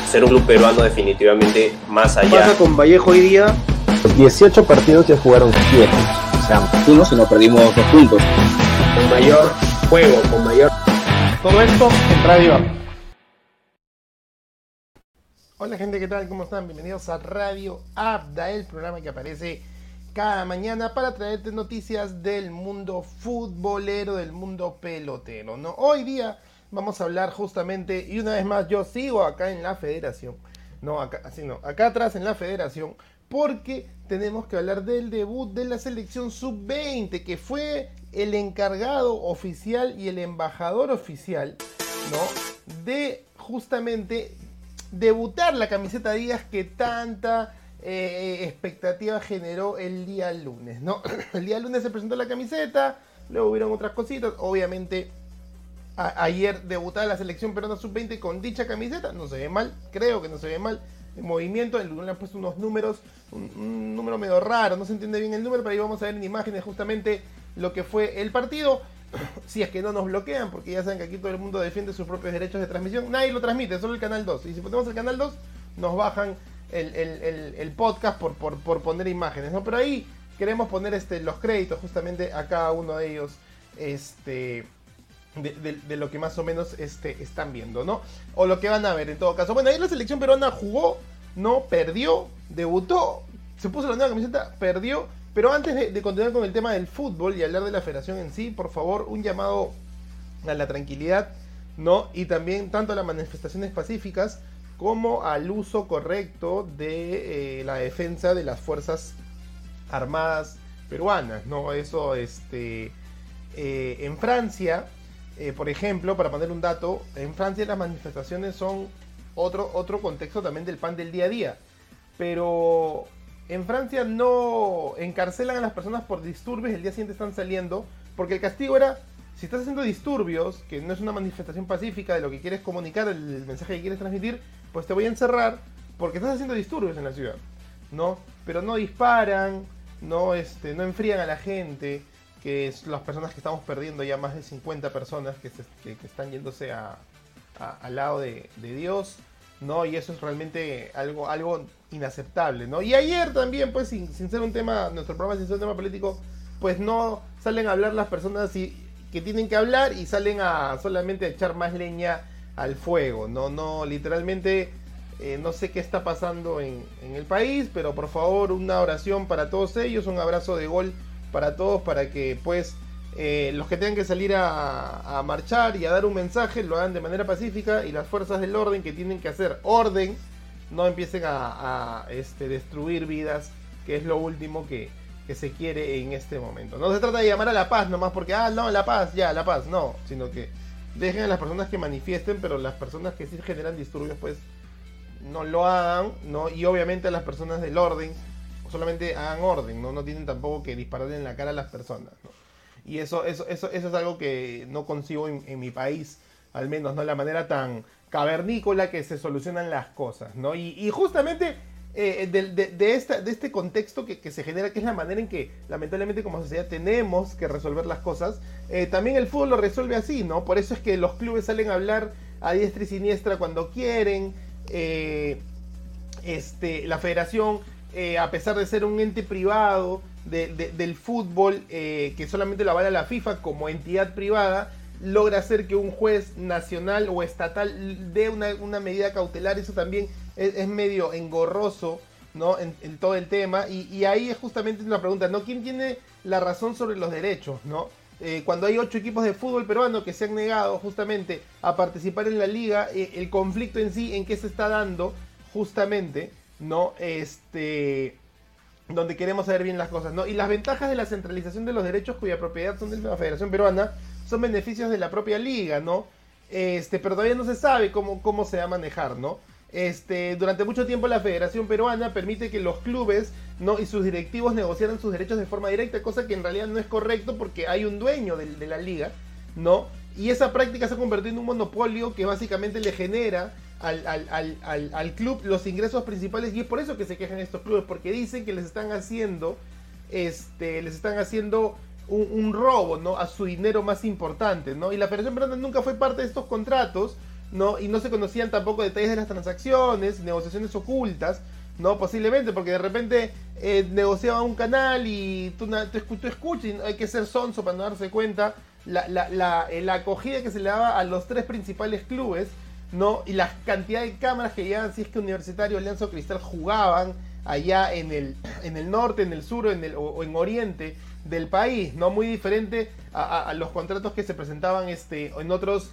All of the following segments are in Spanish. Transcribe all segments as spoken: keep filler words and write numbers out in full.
ser un club peruano definitivamente más allá. Pasa con Vallejo hoy día. dieciocho partidos ya jugaron siete. O sea, uno si no perdimos dos puntos. Con mayor juego, con mayor... Todo esto en Radio Abda. Hola gente, ¿qué tal? ¿Cómo están? Bienvenidos a Radio Abda, el programa que aparece cada mañana para traerte noticias del mundo futbolero, del mundo pelotero, ¿no? Hoy día vamos a hablar justamente, y una vez más yo sigo acá en la federación, no, acá, así no, acá atrás en la federación, porque tenemos que hablar del debut de la selección sub veinte, que fue el encargado oficial y el embajador oficial, ¿no? De justamente debutar la camiseta Adidas que tanta eh, expectativa generó el día lunes, ¿no? El día lunes se presentó la camiseta, luego hubieron otras cositas, obviamente a, ayer debutaba la selección peruana sub veinte con dicha camiseta, no se ve mal, creo que no se ve mal, en movimiento, el lunes le han puesto unos números, un, un número medio raro, no se entiende bien el número, pero ahí vamos a ver en imágenes justamente lo que fue el partido. Si es que no nos bloquean, porque ya saben que aquí todo el mundo defiende sus propios derechos de transmisión. Nadie lo transmite, solo el canal dos. Y si ponemos el canal dos, nos bajan el, el, el, el podcast por, por, por poner imágenes, ¿no? Pero ahí queremos poner este, los créditos justamente a cada uno de ellos, este, de, de, de lo que más o menos este, están viendo, ¿no? O lo que van a ver en todo caso. Bueno, ahí la selección peruana jugó, ¿no? Perdió, debutó, se puso la nueva camiseta, perdió. Pero antes de, de continuar con el tema del fútbol y hablar de la federación en sí, por favor, un llamado a la tranquilidad, ¿no? Y también tanto a las manifestaciones pacíficas como al uso correcto de eh, la defensa de las fuerzas armadas peruanas, ¿no? Eso, este, eh, en Francia, eh, por ejemplo, para poner un dato, en Francia las manifestaciones son otro, otro contexto también del pan del día a día, pero en Francia no encarcelan a las personas por disturbios, el día siguiente están saliendo, porque el castigo era, si estás haciendo disturbios, que no es una manifestación pacífica de lo que quieres comunicar, el mensaje que quieres transmitir, pues te voy a encerrar porque estás haciendo disturbios en la ciudad, ¿no? Pero no disparan, no, este, no enfrían a la gente, que es las personas que estamos perdiendo, ya más de cincuenta personas que, se, que, que están yéndose a, a, al lado de, de Dios, ¿no? Y eso es realmente algo, algo inaceptable, ¿no? Y ayer también, pues, sin, sin ser un tema, nuestro programa sin ser un tema político, pues no salen a hablar las personas y, que tienen que hablar y salen a solamente a echar más leña al fuego, ¿no? No, literalmente, eh, no sé qué está pasando en, en el país, pero por favor, una oración para todos ellos, un abrazo de gol para todos, para que, pues, Eh, los que tengan que salir a, a marchar y a dar un mensaje lo hagan de manera pacífica, y las fuerzas del orden que tienen que hacer orden no empiecen a, a este, destruir vidas, que es lo último que, que se quiere en este momento. No se trata de llamar a la paz nomás porque, ah, no, la paz, ya, la paz, no, sino que dejen a las personas que manifiesten, pero las personas que sí generan disturbios, pues no lo hagan, ¿no? Y obviamente a las personas del orden solamente hagan orden, ¿no? No tienen tampoco que disparar en la cara a las personas, ¿no? Y eso, eso, eso, eso es algo que no consigo en, en mi país, al menos, ¿no? La manera tan cavernícola que se solucionan las cosas, ¿no? Y, y justamente eh, de, de, de, esta, de este contexto que, que se genera, que es la manera en que lamentablemente como sociedad tenemos que resolver las cosas, eh, también el fútbol lo resuelve así, ¿no? Por eso es que los clubes salen a hablar a diestra y siniestra cuando quieren, eh, este, la federación, eh, a pesar de ser un ente privado, De, de, del fútbol, eh, que solamente lo avala la FIFA como entidad privada, logra hacer que un juez nacional o estatal dé una, una medida cautelar. Eso también es, es medio engorroso, ¿no? En, en todo el tema, y, y ahí es justamente una pregunta, ¿no? ¿Quién tiene la razón sobre los derechos, ¿no? Eh, cuando hay ocho equipos de fútbol peruano que se han negado justamente a participar en la liga, eh, el conflicto en sí, ¿en qué se está dando? Justamente, ¿no? Este... donde queremos saber bien las cosas, ¿no? Y las ventajas de la centralización de los derechos cuya propiedad son de la Federación Peruana son beneficios de la propia liga, ¿no? Este, pero todavía no se sabe cómo, cómo se va a manejar, ¿no? Este, durante mucho tiempo la Federación Peruana permite que los clubes, ¿no? y sus directivos negociaran sus derechos de forma directa, cosa que en realidad no es correcto porque hay un dueño de, de la liga, ¿no? Y esa práctica se ha convertido en un monopolio que básicamente le genera Al, al, al, al, al club los ingresos principales, y es por eso que se quejan estos clubes, porque dicen que les están haciendo este les están haciendo un, un robo, ¿no? a su dinero más importante, ¿no? Y la Federación Peruana nunca fue parte de estos contratos, ¿no? Y no se conocían tampoco detalles de las transacciones, negociaciones ocultas, ¿no? Posiblemente, porque de repente eh, negociaba un canal y tú, tú, tú escuchas, y hay que ser sonso para no darse cuenta la, la, la, la acogida que se le daba a los tres principales clubes, ¿no? Y la cantidad de cámaras que llegaban, si es que Universitario, Alianza o Cristal jugaban allá en el, en el norte, en el sur en el, o, o en oriente del país, ¿no? Muy diferente a, a, a los contratos que se presentaban este, en otros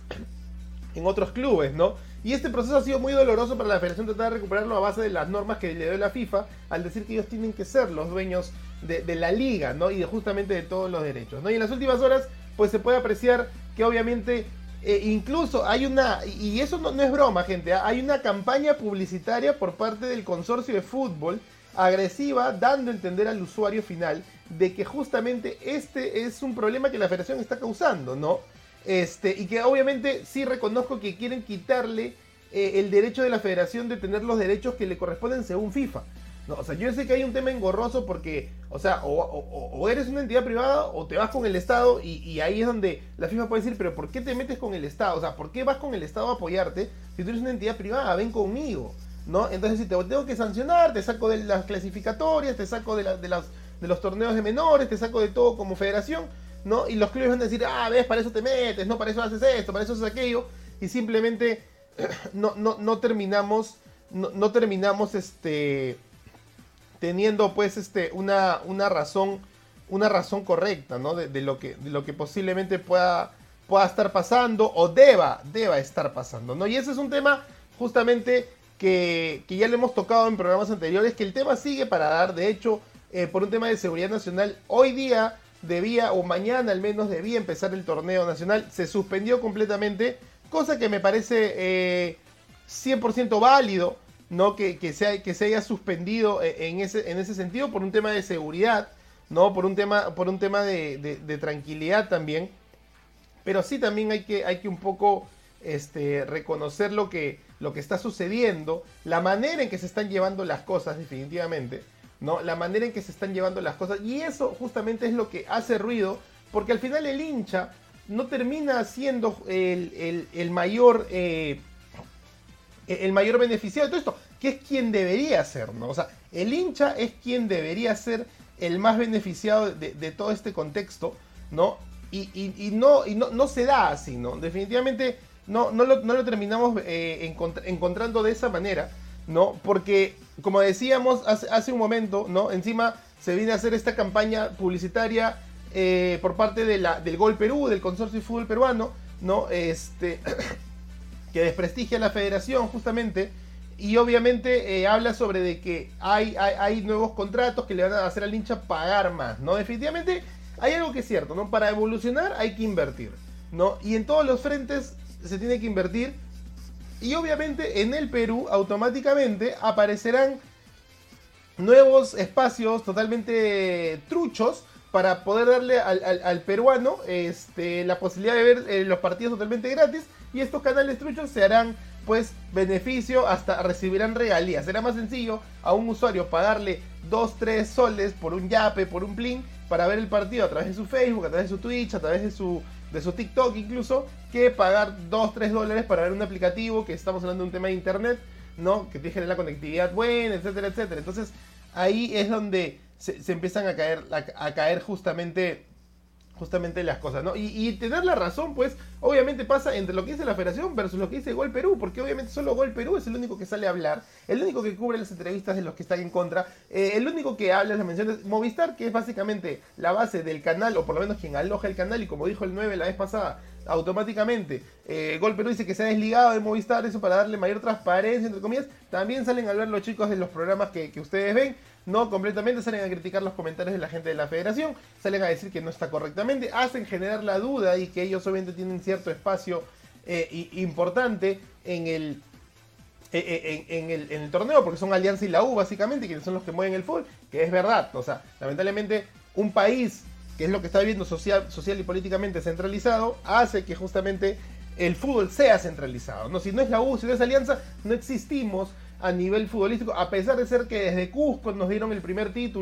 en otros clubes, ¿no? Y este proceso ha sido muy doloroso para la federación tratar de recuperarlo a base de las normas que le dio la FIFA al decir que ellos tienen que ser los dueños de, de la liga, ¿no? Y de, justamente de todos los derechos, ¿no? Y en las últimas horas pues se puede apreciar que obviamente eh, incluso hay una, y eso no, no es broma, gente, ¿eh? Hay una campaña publicitaria por parte del consorcio de fútbol agresiva, dando a entender al usuario final de que justamente este es un problema que la federación está causando, ¿no? Este, y que obviamente sí reconozco que quieren quitarle eh, el derecho de la federación de tener los derechos que le corresponden según FIFA, ¿no? O sea, yo sé que hay un tema engorroso porque, o sea, o, o, o eres una entidad privada o te vas con el Estado y, y ahí es donde la FIFA puede decir, pero ¿por qué te metes con el Estado? O sea, ¿por qué vas con el Estado a apoyarte si tú eres una entidad privada? Ven conmigo, ¿no? Entonces, si te tengo que sancionar, te saco de las clasificatorias, te saco de, la, de, las, de los torneos de menores, te saco de todo como federación, ¿no? Y los clubes van a decir, ah, ves, para eso te metes, no, para eso haces esto, para eso haces aquello, y simplemente no, no, no terminamos, no, no terminamos este, teniendo pues este, una, una razón, una razón correcta, ¿no? De, de, lo que, de lo que posiblemente pueda, pueda estar pasando o deba, deba estar pasando, ¿no? Y ese es un tema justamente que, que ya le hemos tocado en programas anteriores, que el tema sigue para dar. De hecho, eh, por un tema de seguridad nacional, hoy día debía, o mañana al menos, debía empezar el torneo nacional. Se suspendió completamente, cosa que me parece eh, cien por ciento válido, ¿no? Que, que, se, que se haya suspendido en ese, en ese sentido por un tema de seguridad, ¿no? Por un tema, por un tema de, de, de tranquilidad también. Pero sí también hay que, hay que un poco este, reconocer lo que, lo que está sucediendo, la manera en que se están llevando las cosas definitivamente, ¿no? La manera en que se están llevando las cosas, y eso justamente es lo que hace ruido, porque al final el hincha no termina siendo el, el, el mayor eh, el mayor beneficiado de todo esto, que es quien debería ser, ¿no? O sea, el hincha es quien debería ser el más beneficiado de, de todo este contexto, ¿no? Y, y, y, no, y no, no se da así, ¿no? Definitivamente no, no, lo, no lo terminamos eh, encont- encontrando de esa manera, ¿no? Porque, como decíamos hace, hace un momento, ¿no? Encima se viene a hacer esta campaña publicitaria eh, por parte de la, del Gol Perú, del Consorcio de Fútbol Peruano, ¿no? Este, que desprestigia a la federación justamente, y obviamente eh, habla sobre de que hay, hay, hay nuevos contratos que le van a hacer al hincha pagar más, ¿no? Definitivamente hay algo que es cierto, ¿no? Para evolucionar hay que invertir, ¿no? Y en todos los frentes se tiene que invertir. Y obviamente en el Perú automáticamente aparecerán nuevos espacios totalmente truchos para poder darle al, al, al peruano este, la posibilidad de ver eh, los partidos totalmente gratis. Y estos canales truchos se harán pues beneficio, hasta recibirán regalías. Será más sencillo a un usuario pagarle dos, tres soles por un yape, por un plin, para ver el partido a través de su Facebook, a través de su Twitch, a través de su, de su TikTok incluso, que pagar dos, tres dólares para ver un aplicativo, que estamos hablando de un tema de internet, ¿no? Que te genera la conectividad buena, etcétera, etcétera. Entonces ahí es donde se, se empiezan a caer, a, a caer justamente... justamente las cosas, ¿no? Y, y tener la razón, pues, obviamente pasa entre lo que dice la federación versus lo que dice Gol Perú, porque obviamente solo Gol Perú es el único que sale a hablar, el único que cubre las entrevistas de los que están en contra, eh, el único que habla las menciones. Movistar, que es básicamente la base del canal, o por lo menos quien aloja el canal, y como dijo el nueve la vez pasada, automáticamente eh, Gol Perú dice que se ha desligado de Movistar, eso para darle mayor transparencia, entre comillas. También salen a hablar los chicos de los programas que, que ustedes ven, no completamente, salen a criticar los comentarios de la gente de la federación, salen a decir que no está correctamente, hacen generar la duda y que ellos obviamente tienen cierto espacio eh, y, importante en el, eh, en, en, el, en el torneo, porque son Alianza y la U básicamente quienes son los que mueven el fútbol, que es verdad. O sea, lamentablemente un país que es lo que está viviendo social, social y políticamente centralizado, hace que justamente el fútbol sea centralizado, ¿no? Si no es la U, si no es Alianza, no existimos a nivel futbolístico, a pesar de ser que desde Cusco nos dieron el primer título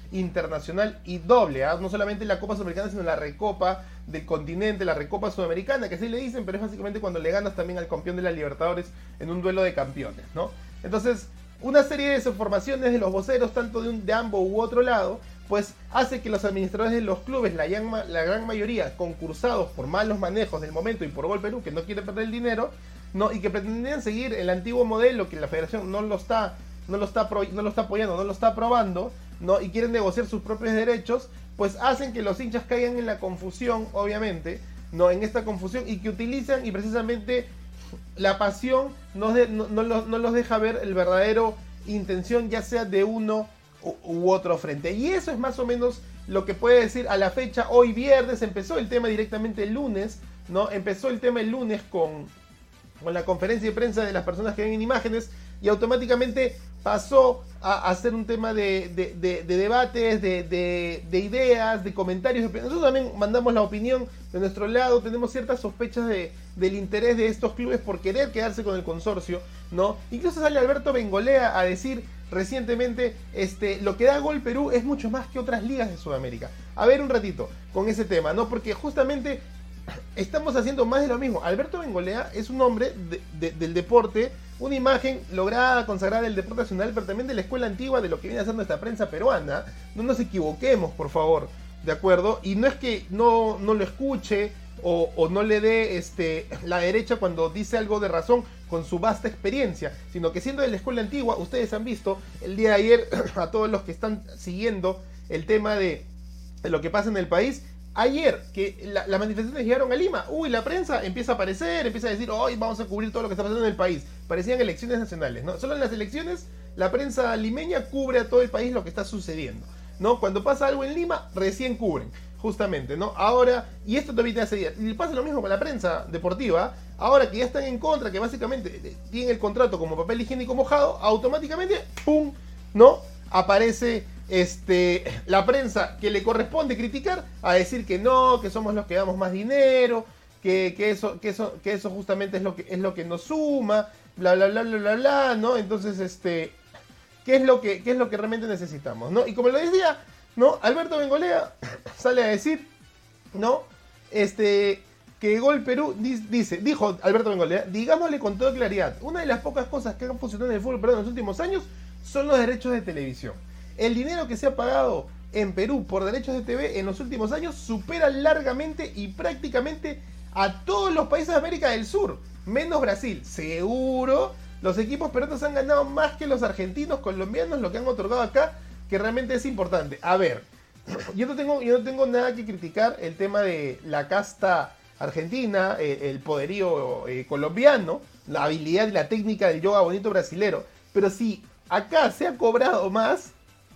internacional y doble, ¿eh? No solamente la Copa Sudamericana, sino la Recopa del continente, la Recopa Sudamericana, que así le dicen, pero es básicamente cuando le ganas también al campeón de la Libertadores en un duelo de campeones, ¿no? Entonces, una serie de desinformaciones de los voceros, tanto de, un, de ambos u otro lado, pues hace que los administradores de los clubes, la, la gran mayoría concursados por malos manejos del momento y por Gol Perú, que no quiere perder el dinero, ¿no? Y que pretendían seguir el antiguo modelo que la federación no lo está, no lo está, pro, no lo está apoyando, no lo está aprobando, ¿no? Y quieren negociar sus propios derechos, pues hacen que los hinchas caigan en la confusión, obviamente, ¿no? En esta confusión, y que utilizan y precisamente la pasión no, de, no, no, los, no los deja ver el verdadero intención, ya sea de uno u, u otro frente. Y eso es más o menos lo que puede decir a la fecha. Hoy viernes empezó el tema directamente el lunes, ¿no? Empezó el tema el lunes con, con la conferencia de prensa de las personas que ven en imágenes, y automáticamente pasó a, a ser un tema de, de, de, de debates, de, de, de ideas, de comentarios. Nosotros también mandamos la opinión de nuestro lado, tenemos ciertas sospechas de, del interés de estos clubes por querer quedarse con el consorcio, ¿no? Incluso sale Alberto Bengolea a decir recientemente, este, lo que da Gol Perú es mucho más que otras ligas de Sudamérica. A ver un ratito con ese tema, ¿no? Porque justamente estamos haciendo más de lo mismo. Alberto Bengolea es un hombre de, de, del deporte, una imagen lograda, consagrada del deporte nacional, pero también de la escuela antigua de lo que viene haciendo esta prensa peruana. No nos equivoquemos, por favor, ¿de acuerdo? Y no es que no, no lo escuche o, o no le dé este, la derecha cuando dice algo de razón con su vasta experiencia, sino que siendo de la escuela antigua, ustedes han visto el día de ayer, a todos los que están siguiendo el tema de, de lo que pasa en el país, ayer que la, las manifestaciones llegaron a Lima, uy, la prensa empieza a aparecer, empieza a decir, hoy vamos a cubrir todo lo que está pasando en el país. Parecían elecciones nacionales, ¿no? Solo en las elecciones la prensa limeña cubre a todo el país lo que está sucediendo, ¿no? Cuando pasa algo en Lima, recién cubren, justamente, ¿no? Ahora, y esto también hace días, y pasa lo mismo con la prensa deportiva, ahora que ya están en contra, que básicamente tienen el contrato como papel higiénico mojado, automáticamente, ¡pum!, ¿no? Aparece este, la prensa que le corresponde criticar, a decir que no, que somos los que damos más dinero, que, que, eso, que, eso, que eso justamente es lo que, es lo que nos suma, bla, bla, bla, bla, bla, bla, ¿no? Entonces, este, ¿qué es lo que, qué es lo que realmente necesitamos, ¿no? Y como lo decía, ¿no? Alberto Bengolea sale a decir, ¿no? Este, que Gol Perú, dice, dijo Alberto Bengolea, digámosle con toda claridad, una de las pocas cosas que han funcionado en el fútbol peruano en los últimos años son los derechos de televisión. El dinero que se ha pagado en Perú por derechos de T V en los últimos años supera largamente y prácticamente a todos los países de América del Sur, menos Brasil. Seguro, los equipos peruanos han ganado más que los argentinos, colombianos, lo que han otorgado acá, que realmente es importante. A ver, yo no tengo, yo no tengo nada que criticar el tema de la casta argentina, el, el poderío eh, colombiano, la habilidad y la técnica del yoga bonito brasilero, pero si acá se ha cobrado más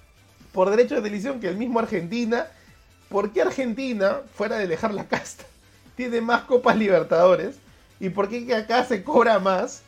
por derechos de televisión que el mismo Argentina, ¿por qué Argentina, fuera de dejar la casta, tiene más Copas Libertadores? ¿Y por qué que acá se cobra más?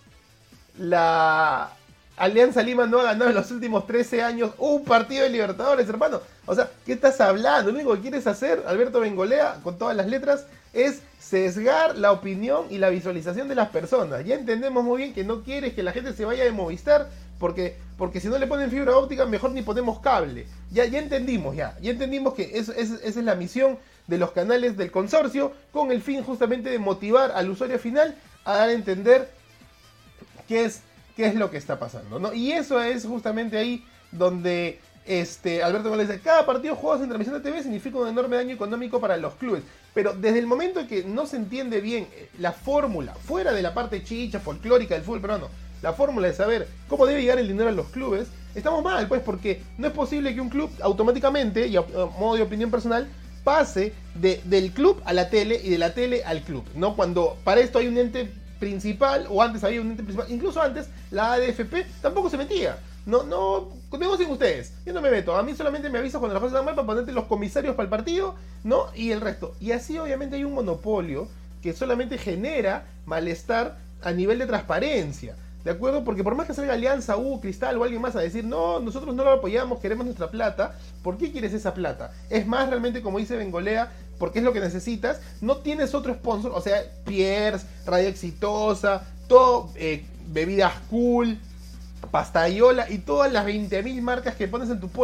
La Alianza Lima no ha ganado en los últimos trece años un partido de Libertadores, hermano. O sea, ¿qué estás hablando? Lo único que quieres hacer, Alberto Bengolea, con todas las letras, es sesgar la opinión y la visualización de las personas. Ya entendemos muy bien que no quieres que la gente se vaya de Movistar, porque, porque si no le ponen fibra óptica, mejor ni ponemos cable. Ya, ya entendimos, ya. Ya entendimos que eso, eso, esa es la misión de los canales del consorcio, con el fin justamente de motivar al usuario final a dar a entender qué es, qué es lo que está pasando, ¿no? Y eso es justamente ahí donde este, Alberto Bengolea dice, cada partido jugado en transmisión de T V significa un enorme daño económico para los clubes. Pero desde el momento en que no se entiende bien la fórmula, fuera de la parte chicha, folclórica del fútbol peruano, la fórmula de saber cómo debe llegar el dinero a los clubes, estamos mal, pues, porque no es posible que un club automáticamente, y a, a modo de opinión personal, pase de, del club a la tele y de la tele al club, ¿no? Cuando para esto hay un ente principal, o antes había un ente principal, incluso antes la A D F P tampoco se metía. No, no, negocien ustedes, yo no me meto, a mí solamente me avisas cuando las cosas están mal para ponerte los comisarios para el partido, ¿no? Y el resto. Y así obviamente hay un monopolio que solamente genera malestar a nivel de transparencia, ¿de acuerdo? Porque por más que salga Alianza, U, Cristal o alguien más a decir, no, nosotros no lo apoyamos, queremos nuestra plata, ¿por qué quieres esa plata? Es más, realmente, como dice Bengolea, porque es lo que necesitas, no tienes otro sponsor, o sea, Pierce, Radio Exitosa, todo, eh, bebidas cool, Pastayola y todas las veinte mil marcas que pones en tu polo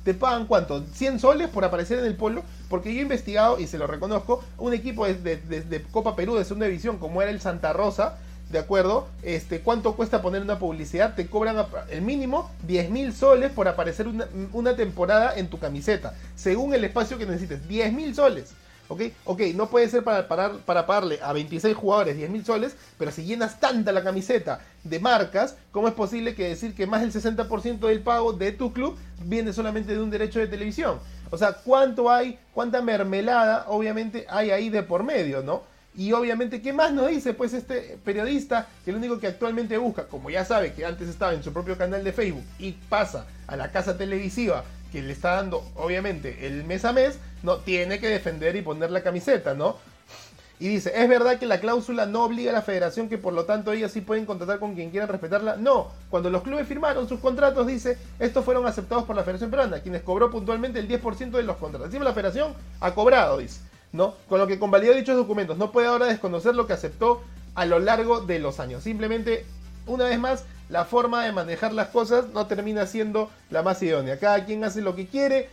¿te pagan cuánto? ¿cien soles por aparecer en el polo? Porque yo he investigado, y se lo reconozco, un equipo de, de, de, de Copa Perú de segunda división, como era el Santa Rosa, ¿de acuerdo? Este, ¿cuánto cuesta poner una publicidad? Te cobran el mínimo diez mil soles por aparecer una, una temporada en tu camiseta, según el espacio que necesites. diez mil soles. ¿Ok? Ok, no puede ser para, para, para pagarle a veintiséis jugadores diez mil soles, pero si llenas tanta la camiseta de marcas, ¿cómo es posible que decir que más del sesenta por ciento del pago de tu club viene solamente de un derecho de televisión? O sea, ¿cuánto hay, cuánta mermelada obviamente hay ahí de por medio, ¿no? Y obviamente, ¿qué más nos dice pues este periodista que lo único que actualmente busca, como ya sabe que antes estaba en su propio canal de Facebook y pasa a la casa televisiva que le está dando obviamente el mes a mes, no tiene que defender y poner la camiseta, ¿no? Y dice, ¿es verdad que la cláusula no obliga a la federación que por lo tanto ellas sí pueden contratar con quien quieran respetarla? No, cuando los clubes firmaron sus contratos, dice, estos fueron aceptados por la Federación Peruana, quienes cobró puntualmente el diez por ciento de los contratos. Encima la federación ha cobrado, dice, ¿no? Con lo que convalidó dichos documentos, no puede ahora desconocer lo que aceptó a lo largo de los años. Simplemente, una vez más, la forma de manejar las cosas no termina siendo la más idónea. Cada quien hace lo que quiere,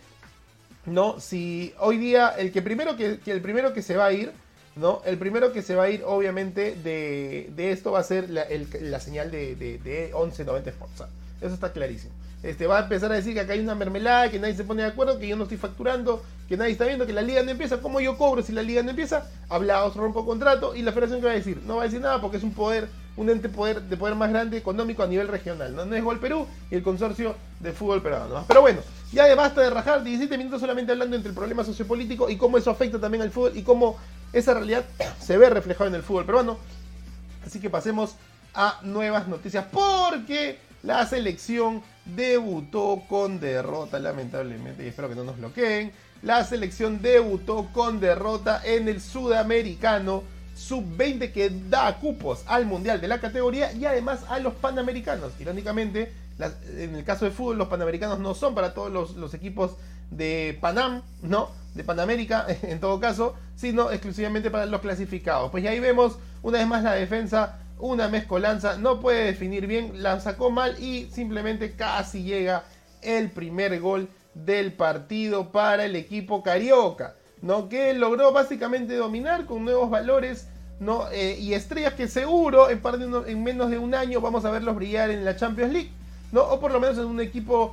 ¿no? Si hoy día el que primero que, que el primero que se va a ir, ¿no? El primero que se va a ir, obviamente, de, de esto va a ser la, el, la señal de, de, de once noventa Sports. Eso está clarísimo. Este, va a empezar a decir que acá hay una mermelada, que nadie se pone de acuerdo, que yo no estoy facturando, que nadie está viendo, que la liga no empieza. ¿Cómo yo cobro si la liga no empieza? Hablaos, rompo contrato. Y la federación, ¿qué va a decir? No va a decir nada porque es un poder, un ente poder, de poder más grande económico a nivel regional. No, no es Gol Perú y el consorcio de fútbol peruano, ¿no? Pero bueno, ya basta de rajar. diecisiete minutos solamente hablando entre el problema sociopolítico y cómo eso afecta también al fútbol y cómo esa realidad se ve reflejada en el fútbol peruano. Así que pasemos a nuevas noticias, porque la selección debutó con derrota, lamentablemente, y espero que no nos bloqueen. La selección debutó con derrota en el Sudamericano sub veinte, que da cupos al Mundial de la categoría y además a los Panamericanos. Irónicamente, las, en el caso de fútbol, los Panamericanos no son para todos los, los equipos de Panam, ¿no? De Panamérica, en todo caso, sino exclusivamente para los clasificados. Pues ya ahí vemos una vez más la defensa, una mezcolanza, no puede definir bien, la sacó mal y simplemente casi llega el primer gol del partido para el equipo carioca, ¿no? Que logró básicamente dominar con nuevos valores, ¿no? Eh, y estrellas que seguro en, par de uno, en menos de un año vamos a verlos brillar en la Champions League, ¿no? O por lo menos en un equipo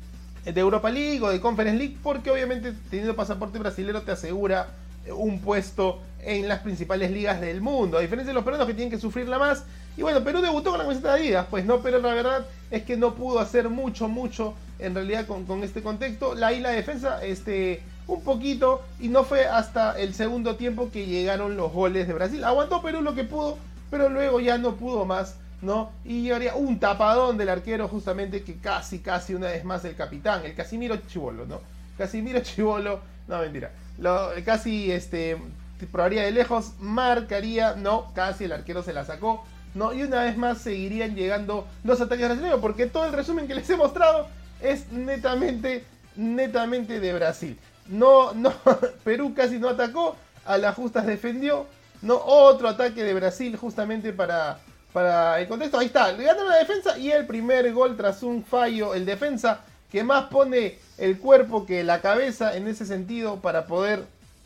de Europa League o de Conference League, porque obviamente teniendo pasaporte brasilero te asegura un puesto en las principales ligas del mundo, a diferencia de los peruanos que tienen que sufrirla más. Y bueno, Perú debutó con la camiseta de Adidas, pues no, pero la verdad es que no pudo hacer mucho, mucho en realidad con, con este contexto. La y la defensa, este, un poquito, y no fue hasta el segundo tiempo que llegaron los goles de Brasil. Aguantó Perú lo que pudo, pero luego ya no pudo más, ¿no? Y llegaría un tapadón del arquero, justamente, que casi, casi una vez más el capitán, el Casimiro Chibolo, ¿no? Casimiro Chibolo, no, mentira, lo, casi, este, probaría de lejos, marcaría, no, casi el arquero se la sacó, no, y una vez más seguirían llegando los ataques brasileños, porque todo el resumen que les he mostrado es netamente, netamente de Brasil. No, no, Perú casi no atacó, a las justas defendió, no, otro ataque de Brasil justamente para, para el contexto. Ahí está, le ganan la defensa y el primer gol tras un fallo, el defensa que más pone el cuerpo que la cabeza en ese sentido para poder,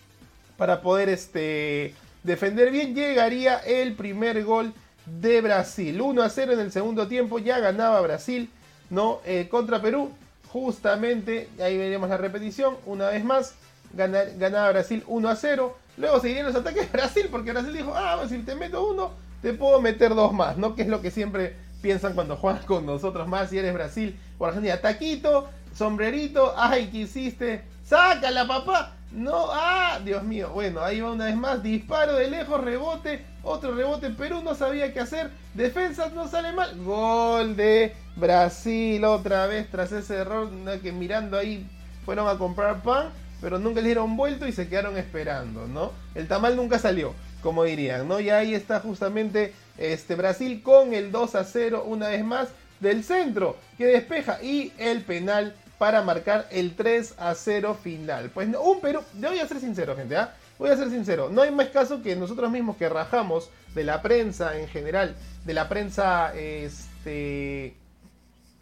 para poder este, defender bien, llegaría el primer gol de Brasil. uno a cero en el segundo tiempo, ya ganaba Brasil, ¿no? Eh, contra Perú, justamente, ahí veremos la repetición, una vez más, gana, ganaba Brasil uno a cero, luego seguirían los ataques de Brasil, porque Brasil dijo, ah, pues si te meto uno, te puedo meter dos más, ¿no? Que es lo que siempre piensan cuando juegan con nosotros más, si eres Brasil o Argentina. Taquito, sombrerito, ay, ¿qué hiciste? ¡Sácala, papá! No, ah, Dios mío. Bueno, ahí va una vez más, disparo de lejos, rebote, otro rebote, Perú no sabía qué hacer, defensas no sale mal, gol de Brasil otra vez tras ese error, que mirando ahí fueron a comprar pan, pero nunca le dieron vuelto y se quedaron esperando, ¿no? El tamal nunca salió, como dirían, ¿no? Y ahí está justamente este Brasil con el dos a cero una vez más del centro, que despeja, y el penal para marcar el tres a cero final. Pues no, un Perú, yo voy a ser sincero, gente, ¿ah? ¿eh? Voy a ser sincero, no hay más caso que nosotros mismos que rajamos de la prensa en general, de la prensa este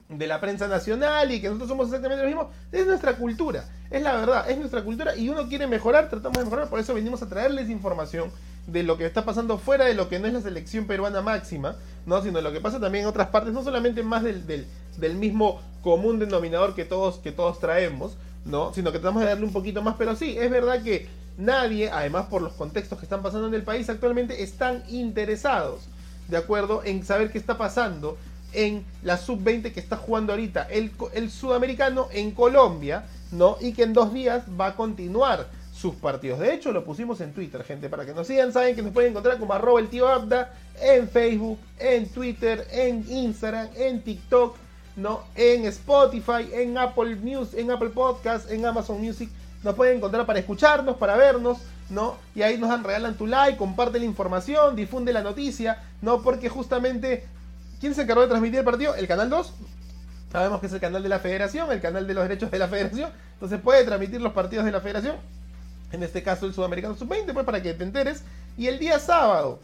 de la prensa nacional y que nosotros somos exactamente lo mismo. Es nuestra cultura, es la verdad, es nuestra cultura y uno quiere mejorar, tratamos de mejorar, por eso venimos a traerles información de lo que está pasando fuera de lo que no es la selección peruana máxima, ¿no? Sino lo que pasa también en otras partes, no solamente más del, del, del mismo común denominador que todos, que todos traemos, ¿no? Sino que tratamos de darle un poquito más, pero sí, es verdad que nadie, además por los contextos que están pasando en el país actualmente, están interesados, ¿de acuerdo?, en saber qué está pasando en la sub veinte que está jugando ahorita el, el sudamericano en Colombia, ¿no? Y que en dos días va a continuar sus partidos. De hecho, lo pusimos en Twitter, gente, para que nos sigan. Saben que nos pueden encontrar como arroba el tío Abda en Facebook, en Twitter, en Instagram, en TikTok, ¿no? En Spotify, en Apple News, en Apple Podcast, en Amazon Music. Nos pueden encontrar para escucharnos, para vernos, ¿no? Y ahí nos dan, regalan tu like, comparte la información, difunde la noticia, ¿no? Porque justamente, ¿quién se encargó de transmitir el partido? El Canal dos. Sabemos que es el canal de la Federación, el canal de los derechos de la Federación. Entonces puede transmitir los partidos de la Federación. En este caso el Sudamericano sub veinte, pues para que te enteres. Y el día sábado,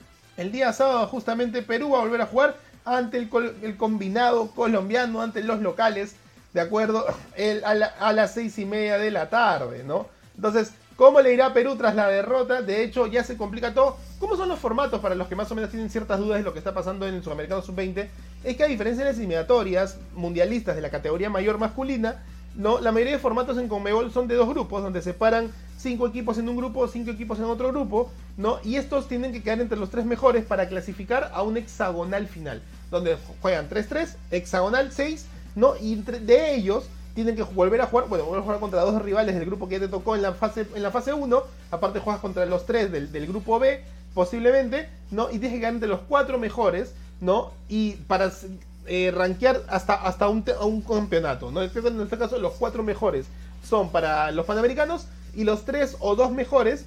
el día sábado justamente Perú va a volver a jugar ante el, el combinado colombiano, ante los locales, ¿de acuerdo? El, a, la, a las seis y media de la tarde, ¿no? Entonces, ¿cómo le irá a Perú tras la derrota? De hecho, ya se complica todo. ¿Cómo son los formatos para los que más o menos tienen ciertas dudas de lo que está pasando en el Sudamericano sub veinte? Es que a diferencia de las eliminatorias mundialistas de la categoría mayor masculina, ¿no? La mayoría de formatos en Conmebol son de dos grupos, donde separan cinco equipos en un grupo, cinco equipos en otro grupo, ¿no? Y estos tienen que quedar entre los tres mejores para clasificar a un hexagonal final, donde juegan tres tres, hexagonal seis, ¿no? Y de ellos tienen que volver a jugar, bueno, volver a jugar contra dos rivales del grupo que ya te tocó en la fase en la fase uno, aparte juegas contra los tres del, del grupo B, posiblemente, ¿no? Y tienes que quedar entre los cuatro mejores, ¿no? Y para eh, rankear hasta, hasta un, un campeonato, ¿no? En este caso los cuatro mejores son para los Panamericanos y los tres o dos mejores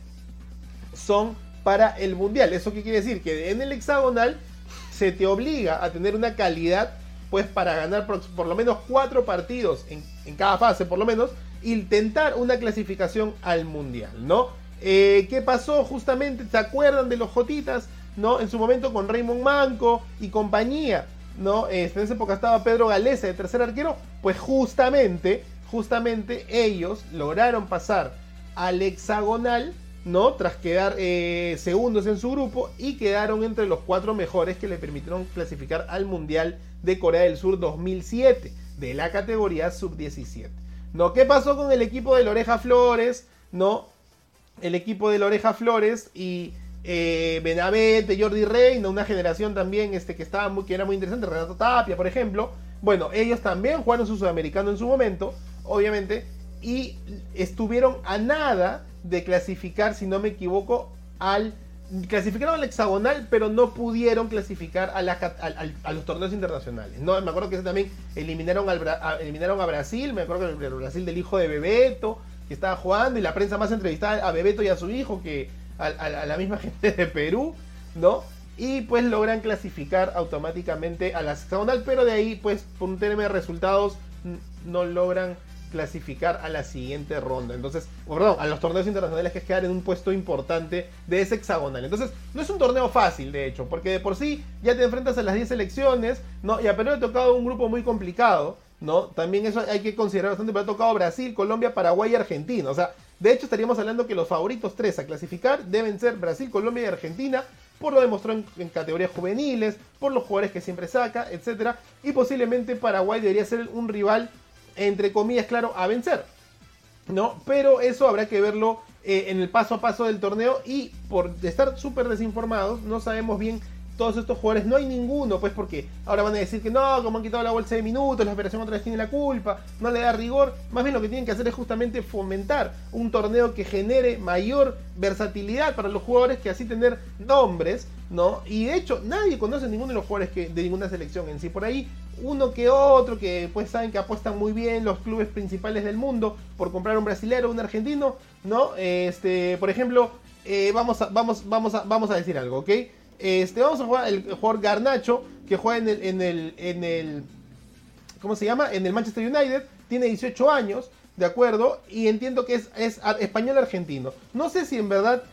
son para el Mundial. ¿Eso qué quiere decir? Que en el hexagonal se te obliga a tener una calidad, pues para ganar por, por lo menos cuatro partidos en, en cada fase, por lo menos, intentar una clasificación al Mundial, ¿no? Eh, ¿Qué pasó justamente? ¿Se acuerdan de los Jotitas, ¿no? En su momento con Raymond Manco y compañía, ¿no? Este, en esa época estaba Pedro Galeza de tercer arquero. Pues justamente, justamente ellos lograron pasar al hexagonal, ¿no? Tras quedar eh, segundos en su grupo y quedaron entre los cuatro mejores que le permitieron clasificar al Mundial de Corea del Sur dos mil siete de la categoría sub diecisiete, ¿no? ¿Qué pasó con el equipo de la Oreja Flores, ¿no? El equipo de la Oreja Flores y eh, Benavente, Jordi Reina, una generación también este, que, estaba muy, que era muy interesante, Renato Tapia, por ejemplo. Bueno, ellos también jugaron su sudamericano en su momento, obviamente, y estuvieron a nada de clasificar, si no me equivoco, al... clasificaron al hexagonal, pero no pudieron clasificar a, la, a, a, a los torneos internacionales, ¿no? Me acuerdo que también eliminaron, al, a, eliminaron a Brasil, me acuerdo que el Brasil del hijo de Bebeto, que estaba jugando, y la prensa más entrevistada a Bebeto y a su hijo que a, a, a la misma gente de Perú, ¿no? Y pues logran clasificar automáticamente a la hexagonal, pero de ahí, pues, por un tema de resultados, no logran clasificar a la siguiente ronda. Entonces, oh, perdón, a los torneos internacionales, que es quedar en un puesto importante de ese hexagonal. Entonces, no es un torneo fácil, de hecho, porque de por sí ya te enfrentas a las diez selecciones, ¿no? Y a Perú le ha tocado un grupo muy complicado, ¿no? También eso hay que considerar bastante, pero ha tocado Brasil, Colombia, Paraguay y Argentina. O sea, de hecho estaríamos hablando que los favoritos tres a clasificar deben ser Brasil, Colombia y Argentina, por lo demostrado en, en categorías juveniles, por los jugadores que siempre saca, etcétera. Y posiblemente Paraguay debería ser un rival, entre comillas, claro, a vencer, ¿no? Pero eso habrá que verlo eh, en el paso a paso del torneo, y por estar súper desinformados, no sabemos bien todos estos jugadores, no hay ninguno, pues porque ahora van a decir que no, como han quitado la bolsa de minutos, la Federación otra vez tiene la culpa, no le da rigor. Más bien lo que tienen que hacer es justamente fomentar un torneo que genere mayor versatilidad para los jugadores, que así tener nombres, ¿no? Y de hecho nadie conoce a ninguno de los jugadores que, de ninguna selección en sí. Por ahí uno que otro que pues saben que apuestan muy bien los clubes principales del mundo por comprar un brasilero, un argentino, ¿no? Este, por ejemplo, eh, vamos, a, vamos, vamos, a, vamos a decir algo, ¿ok? Este, vamos a jugar el jugador Garnacho, que juega en el, en el, en el, ¿cómo se llama? En el Manchester United, tiene dieciocho años, ¿de acuerdo? Y entiendo que es, es español argentino. No sé si en verdad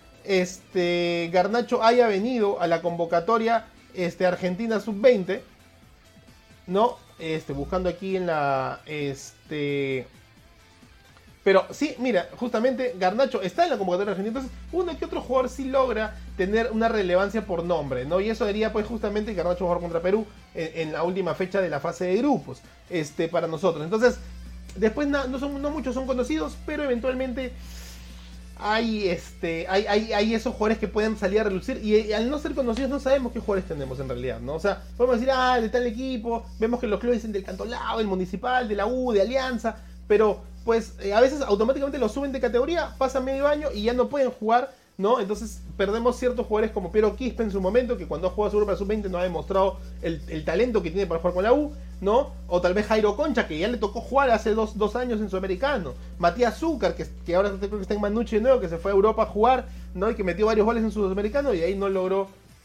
este Garnacho haya venido a la convocatoria este, Argentina sub veinte, ¿no? Este, buscando aquí en la, este... Pero sí, mira, justamente Garnacho está en la convocatoria argentina, entonces uno que otro jugador sí logra tener una relevancia por nombre, ¿no? Y eso haría pues justamente Garnacho jugar contra Perú en, en la última fecha de la fase de grupos, este, para nosotros. Entonces, después no, no, son, no muchos son conocidos, pero eventualmente hay, este, hay, hay, hay esos jugadores que pueden salir a relucir y, y al no ser conocidos no sabemos qué jugadores tenemos en realidad, ¿no? O sea, podemos decir, ah, de tal equipo, vemos que los clubes dicen del Cantolao, del Municipal, de la U, de Alianza, pero pues eh, a veces automáticamente los suben de categoría, pasan medio año y ya no pueden jugar, ¿no? Entonces perdemos ciertos jugadores como Piero Quispe en su momento, que cuando ha jugado su Europa sub veinte no ha demostrado el, el talento que tiene para jugar con la U, ¿no? O tal vez Jairo Concha, que ya le tocó jugar hace dos, dos años en Sudamericano. Matías Zúcar, que, que ahora creo que está en Manucci de nuevo, que se fue a Europa a jugar, ¿no? Y que metió varios goles en Sudamericano y ahí no logró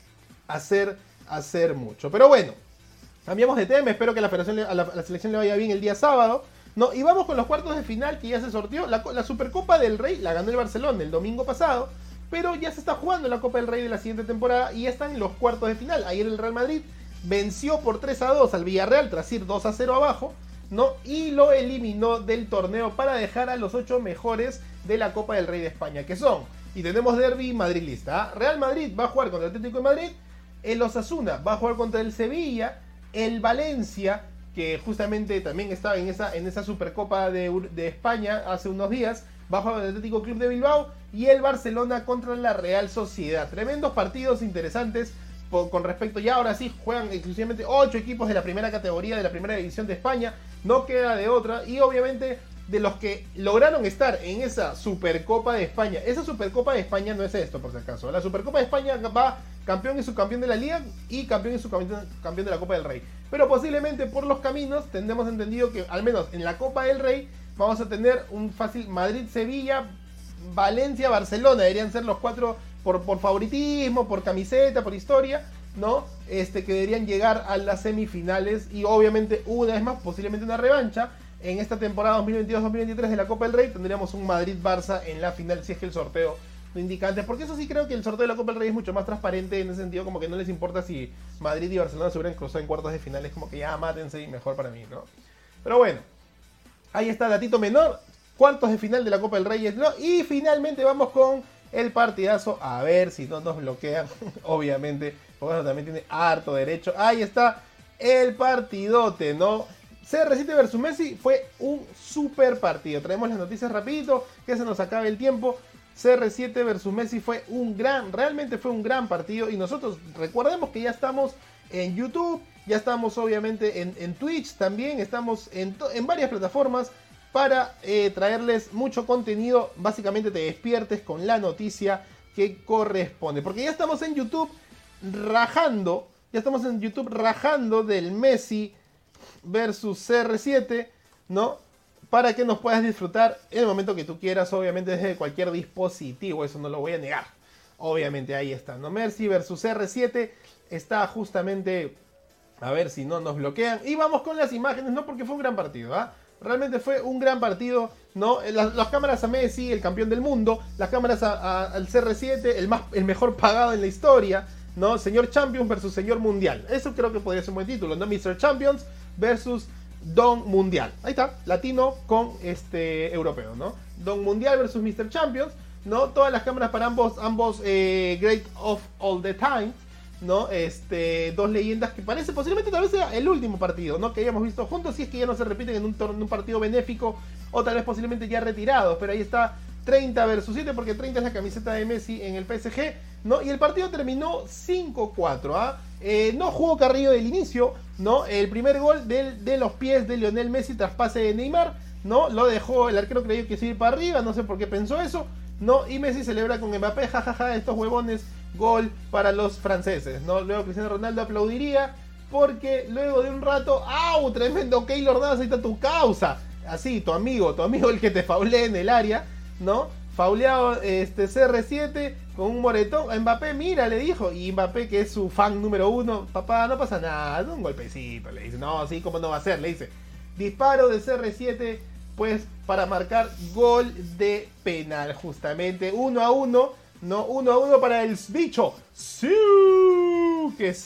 hacer, hacer mucho. Pero bueno, cambiamos de tema, espero que a la, federación, a la, a la selección le vaya bien el día sábado. No, y vamos con los cuartos de final que ya se sorteó. La, la Supercopa del Rey la ganó el Barcelona el domingo pasado, pero ya se está jugando la Copa del Rey de la siguiente temporada y ya están en los cuartos de final. Ayer el Real Madrid venció por tres a dos al Villarreal tras ir dos a cero abajo, ¿no? Y lo eliminó del torneo para dejar a los ocho mejores de la Copa del Rey de España, que son, y tenemos derbi madrilista, ¿eh? Real Madrid va a jugar contra el Atlético de Madrid, el Osasuna va a jugar contra el Sevilla, el Valencia, que justamente también estaba en esa, en esa Supercopa de, de España hace unos días, va a jugar el Atlético Club de Bilbao, y el Barcelona contra la Real Sociedad. Tremendos partidos interesantes por, con respecto, ya ahora sí juegan exclusivamente ocho equipos de la primera categoría, de la primera división de España, no queda de otra, y obviamente de los que lograron estar en esa Supercopa de España. Esa Supercopa de España no es esto, por si acaso. La Supercopa de España va campeón y subcampeón de la Liga y campeón y subcampeón campeón de la Copa del Rey. Pero posiblemente por los caminos tendremos entendido que al menos en la Copa del Rey vamos a tener un fácil Madrid-Sevilla, Valencia-Barcelona. Deberían ser los cuatro por, por favoritismo, por camiseta, por historia, ¿no? Este, que deberían llegar a las semifinales y obviamente una vez más posiblemente una revancha. En esta temporada dos mil veintidós dos mil veintitrés de la Copa del Rey tendríamos un Madrid-Barça en la final si es que el sorteo lo indica antes, porque eso sí creo que el sorteo de la Copa del Rey es mucho más transparente en ese sentido, como que no les importa si Madrid y Barcelona se hubieran cruzado en cuartos de finales, como que ya mátense y mejor para mí, ¿no? Pero bueno, ahí está datito menor, cuartos de final de la Copa del Rey, ¿no? Y finalmente vamos con el partidazo, a ver si no nos bloquean, obviamente, porque eso también tiene harto derecho. Ahí está el partidote, ¿no? C R siete versus Messi fue un super partido. Traemos las noticias rapidito, que se nos acabe el tiempo. C R siete versus Messi fue un gran, realmente fue un gran partido. Y nosotros recordemos que ya estamos en YouTube, ya estamos obviamente en, en Twitch también, estamos en, en varias plataformas para eh, traerles mucho contenido. Básicamente te despiertes con la noticia que corresponde. Porque ya estamos en YouTube rajando, ya estamos en YouTube rajando del Messi versus C R siete, ¿no? Para que nos puedas disfrutar en el momento que tú quieras, obviamente desde cualquier dispositivo, eso no lo voy a negar. Obviamente ahí está, ¿no? Messi versus C R siete está justamente, a ver si no nos bloquean. Y vamos con las imágenes, ¿no? Porque fue un gran partido, ¿ah? ¿eh? Realmente fue un gran partido, ¿no? Las, las cámaras a Messi, el campeón del mundo, las cámaras a, a, al C R siete, el, más, el mejor pagado en la historia, ¿no? Señor Champions versus Señor Mundial. Eso creo que podría ser un buen título, ¿no? mister Champions versus Don Mundial. Ahí está, latino con este europeo, ¿no? Don Mundial versus mister Champions, ¿no? Todas las cámaras para ambos, ambos eh, Great of All the Time, ¿no? Este, dos leyendas que parece posiblemente tal vez sea el último partido, ¿no? Que hayamos visto juntos, si es que ya no se repiten en un, en un partido benéfico, o tal vez posiblemente ya retirados, pero ahí está treinta versus siete, porque treinta es la camiseta de Messi en el P S G, ¿no? Y el partido terminó cinco cuatro, ¿ah? ¿eh? No jugó Carrillo del inicio, ¿no? El primer gol de, de los pies de Lionel Messi tras pase de Neymar, ¿no? Lo dejó, el arquero creyó que se iba a ir para arriba, no sé por qué pensó eso, ¿no? Y Messi celebra con Mbappé, jajaja, ja, ja, estos huevones, gol para los franceses, ¿no? Luego Cristiano Ronaldo aplaudiría, porque luego de un rato, ¡au! Tremendo Keylor Navas, ahí está tu causa. Así, tu amigo, tu amigo el que te faulea en el área, ¿no? Fauleado este C R siete con un moretón. A Mbappé, mira, le dijo. Y Mbappé, que es su fan número uno, papá, no pasa nada, un golpecito. Le dice, no, sí, ¿cómo no va a ser? Le dice, disparo de C R siete, pues, para marcar gol de penal, justamente. Uno a uno, no, uno a uno para el bicho. Sí, que sí,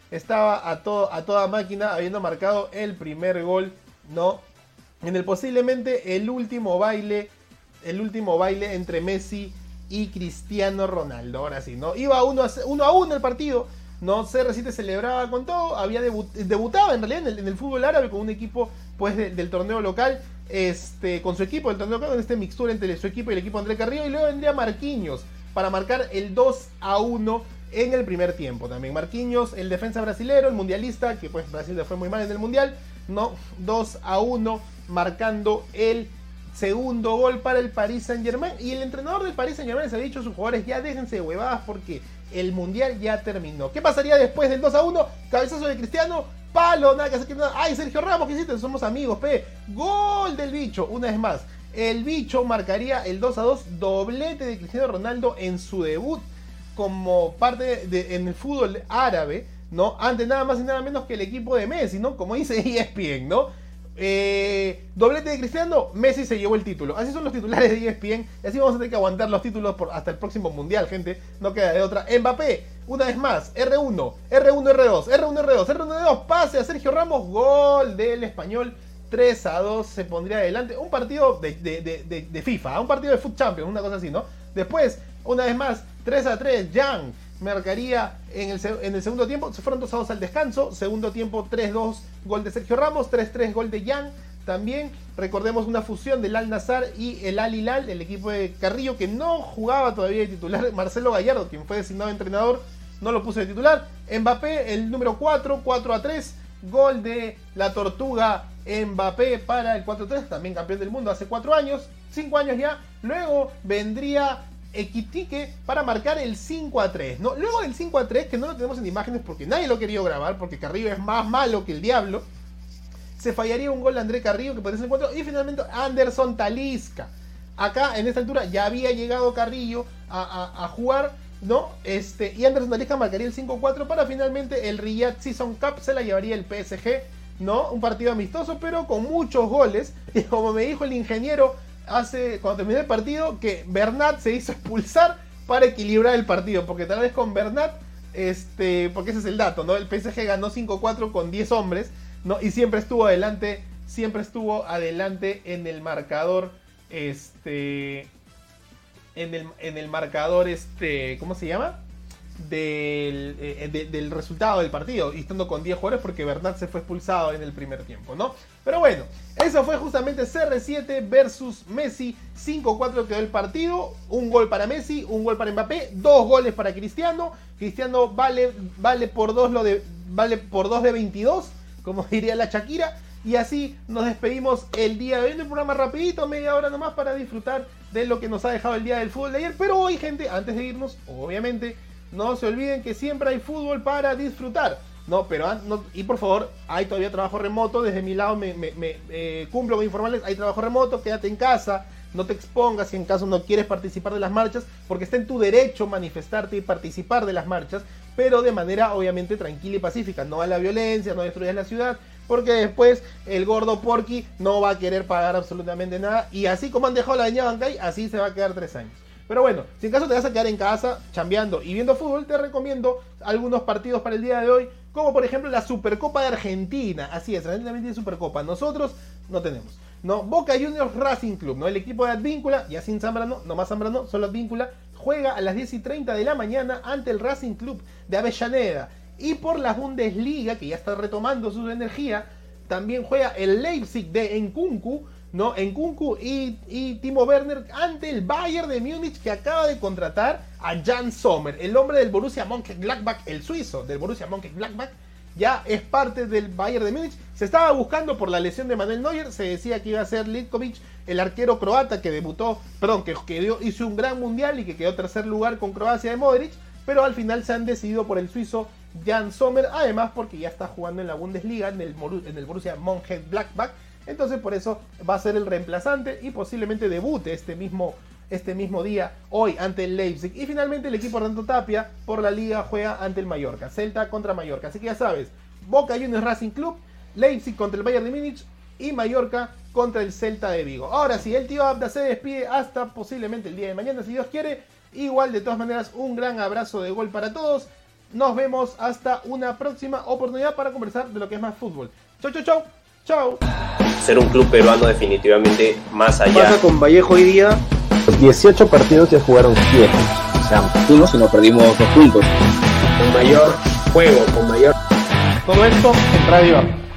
estaba a, todo, a toda máquina, habiendo marcado el primer gol, ¿no? En el posiblemente el último baile, el último baile entre Messi y Cristiano Ronaldo. Ahora sí, ¿no? Iba uno a uno, a uno el partido, ¿no? C R siete celebraba con todo, había debut, debutaba en realidad en el, en el fútbol árabe con un equipo pues de, del torneo local, este, con su equipo del torneo local, con este mixtura entre su equipo y el equipo de André Carrillo, y luego vendría Marquinhos para marcar el dos a uno en el primer tiempo. También Marquinhos, el defensa brasilero, el mundialista, que pues Brasil le fue muy mal en el mundial, ¿no? dos a uno marcando el segundo gol para el Paris Saint-Germain. Y el entrenador del Paris Saint-Germain les ha dicho a sus jugadores: ya déjense de huevadas porque el mundial ya terminó. ¿Qué pasaría después del dos a uno? Cabezazo de Cristiano, palo, nada que hacer. Ay, Sergio Ramos, ¿qué hiciste? Somos amigos, pe. Gol del bicho, una vez más. El bicho marcaría el dos a dos, doblete de Cristiano Ronaldo en su debut como parte de, de, en el fútbol árabe, ¿no? Ante nada más y nada menos que el equipo de Messi, ¿no? Como dice E S P N, ¿no? Eh, doblete de Cristiano, Messi se llevó el título. Así son los titulares de E S P N. Y así vamos a tener que aguantar los títulos por, hasta el próximo mundial, gente. No queda de otra. Mbappé, una vez más, R uno, R uno, R dos, R uno, R dos, R uno, R dos, pase a Sergio Ramos, gol del español. tres a dos se pondría adelante. Un partido de, de, de, de, de FIFA, un partido de Foot Champions, una cosa así, ¿no? Después, una vez más, tres a tres, Jan marcaría en el, en el segundo tiempo. Se fueron dos a dos al descanso. Segundo tiempo, tres dos, gol de Sergio Ramos. tres tres, gol de Jan. También recordemos una fusión del Al Nassr y el Al Hilal, el equipo de Carrillo, que no jugaba todavía de titular. Marcelo Gallardo, quien fue designado entrenador, no lo puso de titular. Mbappé, el número cuatro, cuatro a tres, gol de la Tortuga Mbappé para el cuatro tres, también campeón del mundo hace cuatro años, cinco años ya. Luego vendría Equitique para marcar el cinco a tres, ¿no? Luego del cinco a tres, que no lo tenemos en imágenes porque nadie lo quería grabar, porque Carrillo es más malo que el diablo, se fallaría un gol de André Carrillo que podría ser encuentro, y finalmente Anderson Talisca. Acá en esta altura ya había llegado Carrillo a, a, a jugar, ¿no? Este, y Anderson Talisca marcaría el cinco cuatro para finalmente el Riyadh Season Cup se la llevaría el P S G, ¿no? Un partido amistoso pero con muchos goles, y como me dijo el ingeniero hace, cuando terminó el partido, que Bernat se hizo expulsar para equilibrar el partido, porque tal vez con Bernat, este, porque ese es el dato, ¿no? El P S G ganó cinco cuatro con diez hombres, ¿no? Y siempre estuvo adelante, siempre estuvo adelante en el marcador, este, en el, en el marcador, este, ¿cómo se llama? Del, eh, de, del resultado del partido, y estando con diez jugadores porque Bernat se fue expulsado en el primer tiempo, ¿no? Pero bueno, eso fue justamente C R siete versus Messi. Cinco cuatro quedó el partido, un gol para Messi, un gol para Mbappé, dos goles para Cristiano. Cristiano vale, vale por dos lo de vale por dos de veintidós, como diría la Shakira. Y así nos despedimos el día de hoy. Un programa rapidito, media hora nomás, para disfrutar de lo que nos ha dejado el día del fútbol de ayer. Pero hoy, gente, antes de irnos, obviamente, no se olviden que siempre hay fútbol para disfrutar, ¿no? Pero, no, y por favor, hay todavía trabajo remoto. Desde mi lado me, me, me eh, cumplo con informarles, hay trabajo remoto, quédate en casa, no te expongas si en caso no quieres participar de las marchas, porque está en tu derecho manifestarte y participar de las marchas, pero de manera obviamente tranquila y pacífica, no a la violencia, no destruyas la ciudad, porque después el gordo Porky no va a querer pagar absolutamente nada, y así como han dejado la avenida Bancay, así se va a quedar tres años. Pero bueno, si en caso te vas a quedar en casa chambeando y viendo fútbol, te recomiendo algunos partidos para el día de hoy, como por ejemplo la Supercopa de Argentina. Así es, Argentina también tiene Supercopa, nosotros no tenemos, ¿no? Boca Juniors Racing Club, ¿no? El equipo de Advíncula, ya sin Zambrano, no más Zambrano, solo Advíncula, juega a las diez y treinta de la mañana ante el Racing Club de Avellaneda. Y por la Bundesliga, que ya está retomando su energía, también juega el Leipzig de Nkunku, ¿no? Nkunku y, y Timo Werner ante el Bayern de Múnich, que acaba de contratar a Jan Sommer, el hombre del Borussia Mönchengladbach, el suizo del Borussia Mönchengladbach. Ya es parte del Bayern de Múnich. Se estaba buscando por la lesión de Manuel Neuer. Se decía que iba a ser Litkovic, el arquero croata que debutó, perdón, que, que dio, hizo un gran mundial y que quedó tercer lugar con Croacia de Modric. Pero al final se han decidido por el suizo Jan Sommer. Además porque ya está jugando en la Bundesliga, en el, en el Borussia Mönchengladbach. Entonces por eso va a ser el reemplazante y posiblemente debute este mismo, este mismo día, hoy, ante el Leipzig. Y finalmente el equipo Renato Tapia por la Liga juega ante el Mallorca. Celta contra Mallorca. Así que ya sabes, Boca Juniors Racing Club, Leipzig contra el Bayern de Múnich y Mallorca contra el Celta de Vigo. Ahora sí, el tío Abda se despide hasta posiblemente el día de mañana, si Dios quiere. Igual, de todas maneras, un gran abrazo de gol para todos. Nos vemos hasta una próxima oportunidad para conversar de lo que es más fútbol. Chau, chau, chau. Chau. Ser un club peruano definitivamente más allá. Pasa con Vallejo hoy día. dieciocho partidos ya jugaron siete. O sea, uno si no perdimos dos puntos. Con mayor juego, con mayor... Todo esto en Radio A.